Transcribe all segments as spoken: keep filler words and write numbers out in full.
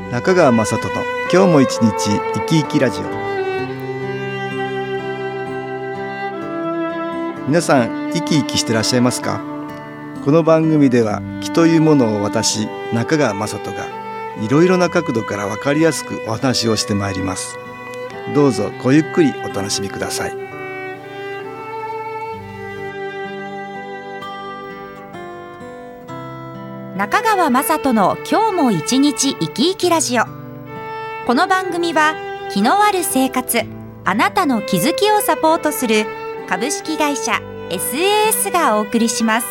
中川雅人の今日も一日生き生きラジオ。皆さん生き生きしてらっしゃいますか？この番組では気というものを私中川雅人がいろいろな角度から分かりやすくお話をしてまいります。どうぞごゆっくりお楽しみください。 中川雅人の今日も一日生き生きラジオ。この番組は気のある生活、あなたの気づきをサポートする株式会社 エスエーエス がお送りします。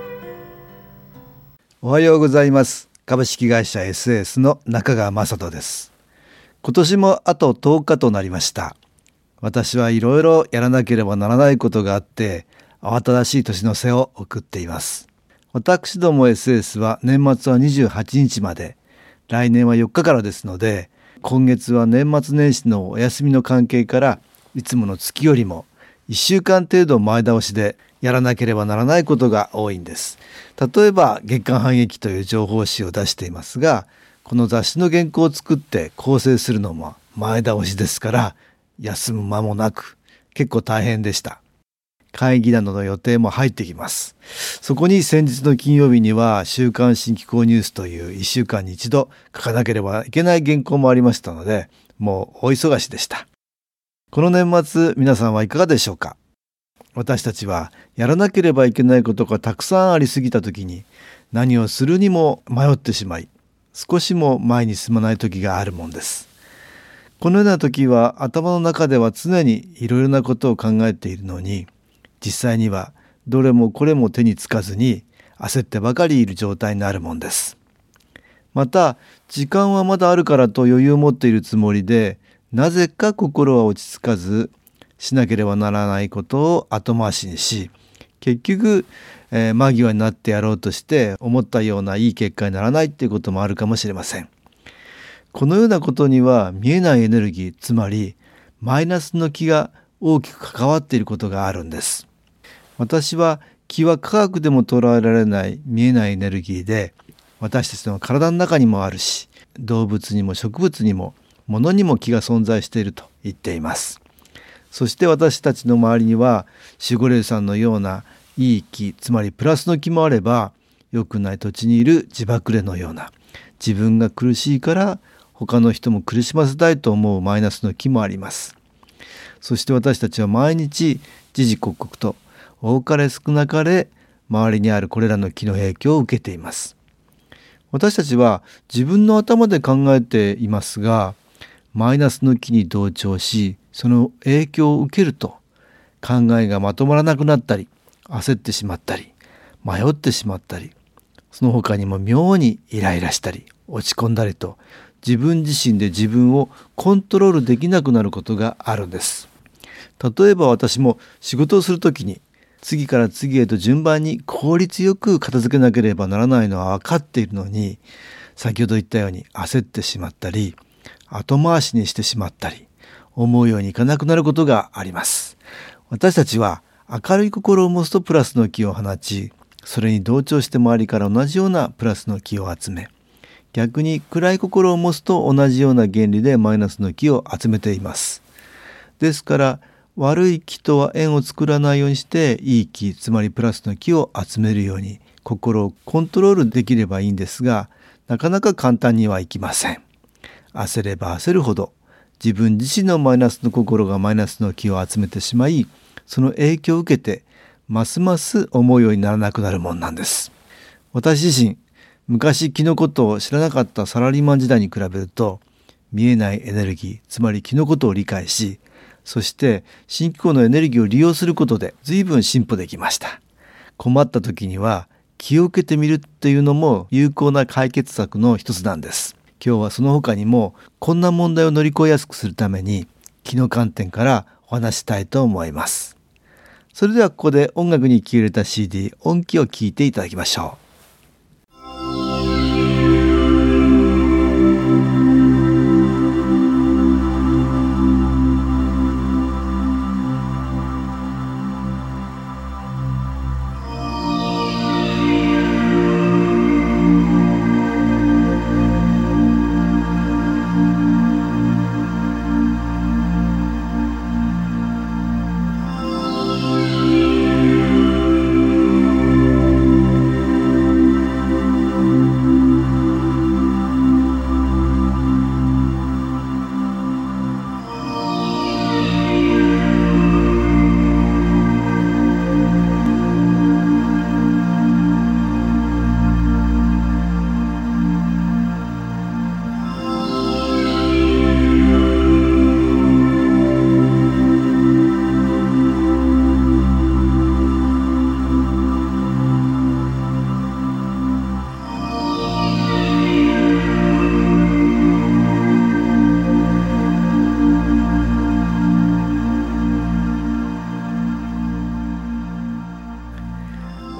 おはようございます。株式会社 エスエーエス の中川雅人です。今年もあととおかとなりました。私はいろいろやらなければならないことがあって慌ただしい年の瀬を送っています。私ども エスエーエス は年末はにじゅうはちにちまで、来年はよっかからですので、今月は年末年始のお休みの関係からいつもの月よりもいっしゅうかん程度前倒しでやらなければならないことが多いんです。例えば月刊反撃という情報誌を出していますが、この雑誌の原稿を作って構成するのも前倒しですから、休む間もなく結構大変でした。会議などの予定も入ってきます。そこに先日の金曜日には週刊新機構ニュースといういっしゅうかんに一度書かなければいけない原稿もありましたので、もう大忙しでした。この年末皆さんはいかがでしょうか？私たちはやらなければいけないことがたくさんありすぎた時に何をするにも迷ってしまい、少しも前に進まない時があるもんです。このような時は頭の中では常にいろいろなことを考えているのに、実際にはどれもこれも手につかずに焦ってばかりいる状態になるもんです。また時間はまだあるからと余裕を持っているつもりで、なぜか心は落ち着かず、しなければならないことを後回しにし、結局、えー、間際になってやろうとして思ったようないい結果にならないっていうこともあるかもしれません。このようなことには見えないエネルギー、つまりマイナスの気が大きく関わっていることがあるんです。私は気は科学でも捉えられない見えないエネルギーで、私たちの体の中にもあるし、動物にも植物にも物にも気が存在していると言っています。そして私たちの周りには守護霊さんのようないい気、つまりプラスの気もあれば、良くない土地にいる自爆霊のような、自分が苦しいから他の人も苦しませたいと思うマイナスの気もあります。そして私たちは毎日時々刻々と多かれ少なかれ周りにあるこれらの気の影響を受けています。私たちは自分の頭で考えていますが、マイナスの気に同調し、その影響を受けると考えがまとまらなくなったり、焦ってしまったり、迷ってしまったり、その他にも妙にイライラしたり落ち込んだりと、自分自身で自分をコントロールできなくなることがあるんです。例えば私も仕事をするときに次から次へと順番に効率よく片付けなければならないのは分かっているのに、先ほど言ったように焦ってしまったり、後回しにしてしまったり、思うようにいかなくなることがあります。私たちは明るい心を持つとプラスの気を放ち、それに同調して周りから同じようなプラスの気を集め、逆に暗い心を持つと同じような原理でマイナスの気を集めています。ですから悪い気とは縁を作らないようにしていい気、つまりプラスの気を集めるように心をコントロールできればいいんですが、なかなか簡単にはいきません。焦れば焦るほど自分自身のマイナスの心がマイナスの気を集めてしまい、その影響を受けてますます思うようにならなくなるもんなんです。私自身昔気のことを知らなかったサラリーマン時代に比べると、見えないエネルギー、つまり気のことを理解し、そして新機構のエネルギーを利用することで随分進歩できました。困った時には気を受けてみるっていうのも有効な解決策の一つなんです。今日はその他にもこんな問題を乗り越えやすくするために気の観点からお話したいと思います。それではここで音楽に気を入れた シーディー 音気を聴いていただきましょう。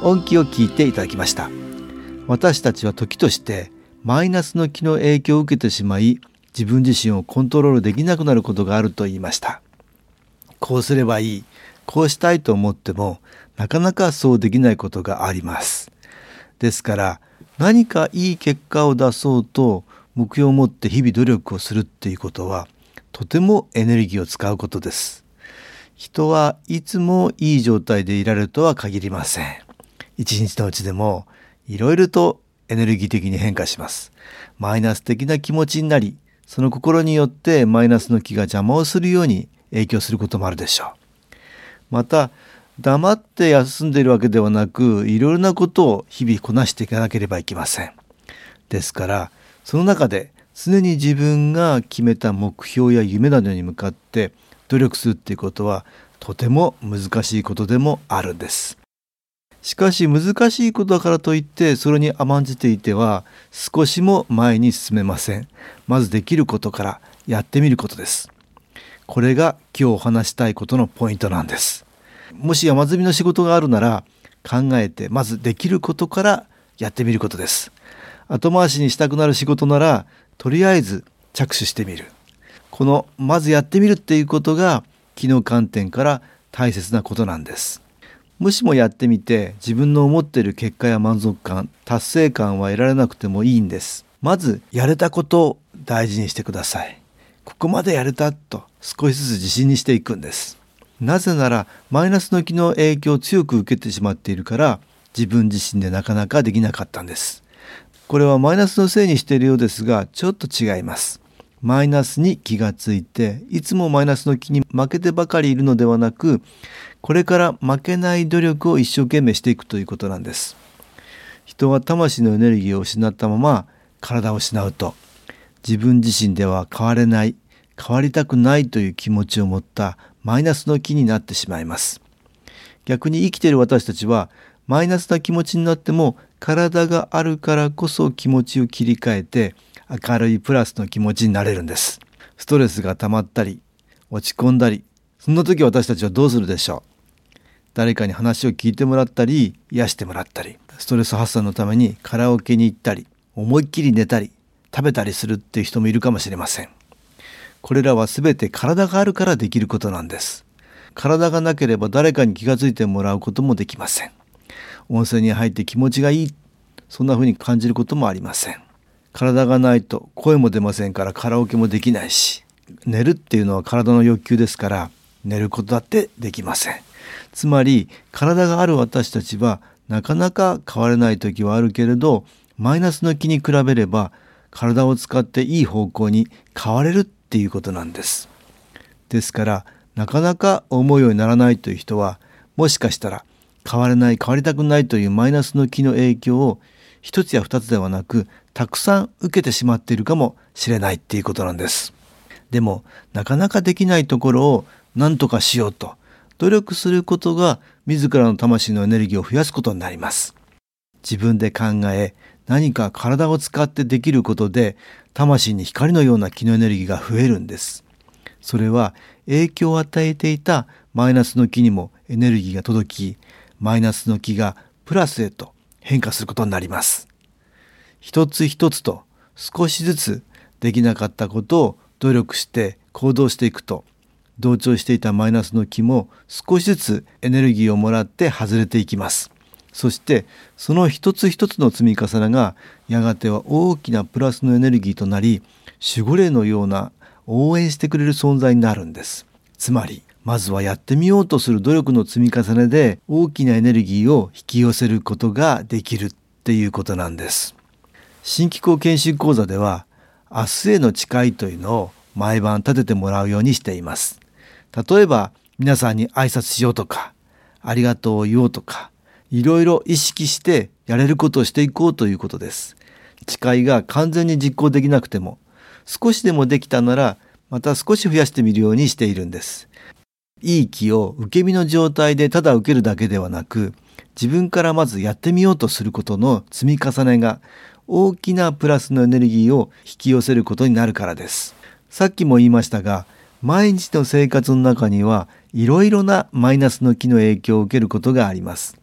音気を聞いていただきました。私たちは時としてマイナスの気の影響を受けてしまい、自分自身をコントロールできなくなることがあると言いました。こうすればいい、こうしたいと思ってもなかなかそうできないことがあります。ですから何かいい結果を出そうと目標を持って日々努力をするっていうことはとてもエネルギーを使うことです。人はいつもいい状態でいられるとは限りません。一日のうちでもいろいろとエネルギー的に変化します。マイナス的な気持ちになり、その心によってマイナスの気が邪魔をするように影響することもあるでしょう。また黙って休んでいるわけではなく、いろいろなことを日々こなしていかなければいけません。ですからその中で常に自分が決めた目標や夢などに向かって努力するっていうことはとても難しいことでもあるんです。しかし難しいことだからといってそれに甘んじていては少しも前に進めません。まずできることからやってみることです。これが今日お話したいことのポイントなんです。もし山積みの仕事があるなら考えてまずできることからやってみることです。後回しにしたくなる仕事ならとりあえず着手してみる。このまずやってみるっていうことが気の観点から大切なことなんです。もしもやってみて自分の思っている結果や満足感、達成感は得られなくてもいいんです。まずやれたことを大事にしてください。ここまでやれたと少しずつ自信にしていくんです。なぜならマイナスの気の影響を強く受けてしまっているから自分自身でなかなかできなかったんです。これはマイナスのせいにしているようですがちょっと違います。マイナスに気がついていつもマイナスの気に負けてばかりいるのではなく、これから負けない努力を一生懸命していくということなんです。人は魂のエネルギーを失ったまま体を失うと自分自身では変われない、変わりたくないという気持ちを持ったマイナスの気になってしまいます。逆に生きている私たちはマイナスな気持ちになっても体があるからこそ気持ちを切り替えて明るいプラスの気持ちになれるんです。ストレスが溜まったり落ち込んだり、そんな時私たちはどうするでしょう。誰かに話を聞いてもらったり癒してもらったり、ストレス発散のためにカラオケに行ったり思いっきり寝たり食べたりするっていう人もいるかもしれません。これらはすべて体があるからできることなんです。体がなければ誰かに気がついてもらうこともできません。温泉に入って気持ちがいい、そんな風に感じることもありません。体がないと声も出ませんからカラオケもできないし、寝るっていうのは体の欲求ですから寝ることだってできません。つまり体がある私たちはなかなか変われない時はあるけれど、マイナスの気に比べれば体を使っていい方向に変われるっていうことなんです。ですからなかなか思うようにならないという人は、もしかしたら変われない、変わりたくないというマイナスの気の影響を一つや二つではなくたくさん受けてしまっているかもしれないっていうことなんです。でもなかなかできないところを何とかしようと努力することが自らの魂のエネルギーを増やすことになります。自分で考え何か体を使ってできることで魂に光のような気のエネルギーが増えるんです。それは影響を与えていたマイナスの気にもエネルギーが届き、マイナスの気がプラスへと変化することになります。一つ一つと少しずつできなかったことを努力して行動していくと、同調していたマイナスの気も少しずつエネルギーをもらって外れていきます。そしてその一つ一つの積み重ねがやがては大きなプラスのエネルギーとなり、守護霊のような応援してくれる存在になるんです。つまりまずはやってみようとする努力の積み重ねで大きなエネルギーを引き寄せることができるっていうことなんです。新機構研修講座では明日への誓いというのを毎晩立ててもらうようにしています。例えば皆さんに挨拶しようとか、ありがとうを言おうとか、いろいろ意識してやれることをしていこうということです。誓いが完全に実行できなくても少しでもできたならまた少し増やしてみるようにしているんです。いい気を受け身の状態でただ受けるだけではなく、自分からまずやってみようとすることの積み重ねが大きなプラスのエネルギーを引き寄せることになるからです。さっきも言いましたが、毎日の生活の中にはいろいろなマイナスの気の影響を受けることがあります。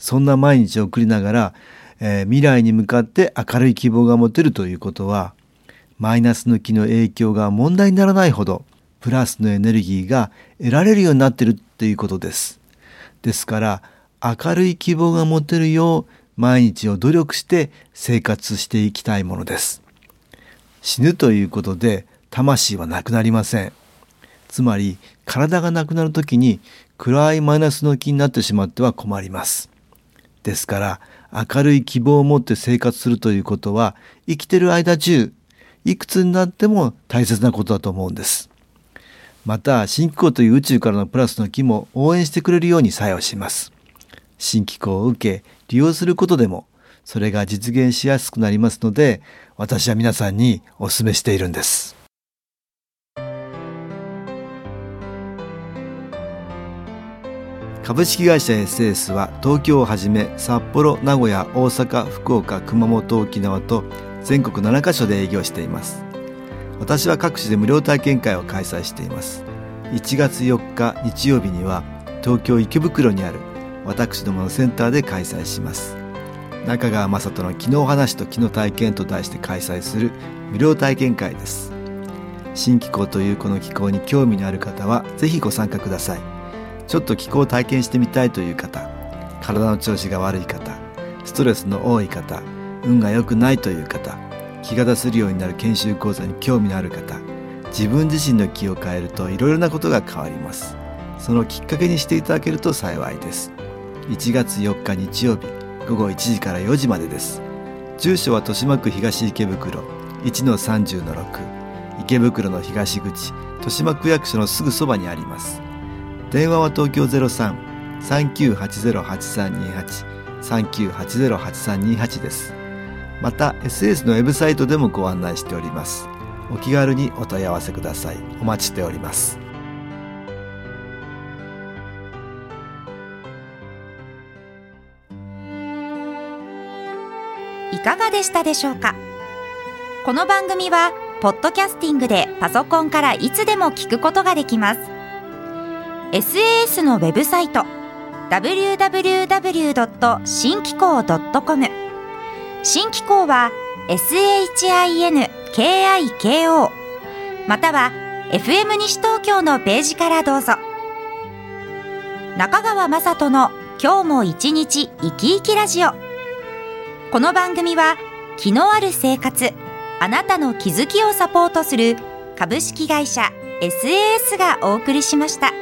そんな毎日を送りながら、えー、未来に向かって明るい希望が持てるということは、マイナスの気の影響が問題にならないほどプラスのエネルギーが得られるようになっているということです。ですから明るい希望が持てるよう毎日を努力して生活していきたいものです。死ぬということで魂はなくなりません。つまり体がなくなるときに暗いマイナスの気になってしまっては困ります。ですから明るい希望を持って生活するということは生きている間中いくつになっても大切なことだと思うんです。また新機構という宇宙からのプラスの気も応援してくれるように作用します。新機構を受け利用することでもそれが実現しやすくなりますので、私は皆さんにお勧めしているんです。株式会社 エスエス は東京をはじめ札幌、名古屋、大阪、福岡、熊本、沖縄と全国ななカ所で営業しています。私は各地で無料体験会を開催しています。いちがつよっか日曜日には東京池袋にある私どものセンターで開催します。中川雅人の気の話と気の体験と題して開催する無料体験会です。新気候というこの気候に興味のある方はぜひご参加ください。ちょっと気候を体験してみたいという方、体の調子が悪い方、ストレスの多い方、運が良くないという方、気が出せるようになる研修講座に興味のある方、自分自身の気を変えるといろいろなことが変わります。そのきっかけにしていただけると幸いです。いちがつよっか日曜日ごごいちじからよじまでです。住所は豊島区東池袋 いちのさんじゅうのろく、池袋の東口豊島区役所のすぐそばにあります。電話は東京 ゼロさん さんきゅうはちゼロ はちさんにはち さんきゅうはちゼロ はちさんにはちです。また エスエス のウェブサイトでもご案内しております。お気軽にお問い合わせください。お待ちしております。 いかがでしたでしょうか。この番組はポッドキャスティングでパソコンからいつでも聞くことができます。 エスエーエス のウェブサイト ダブリューダブリューダブリュードットシンキコードットコム、 新機構は エスエイチアイエヌケーアイケーオー または エフエム 西東京のページからどうぞ。中川雅人の今日も一日生き生きラジオ。この番組は気のある生活、あなたの気づきをサポートする株式会社 エスエーエス がお送りしました。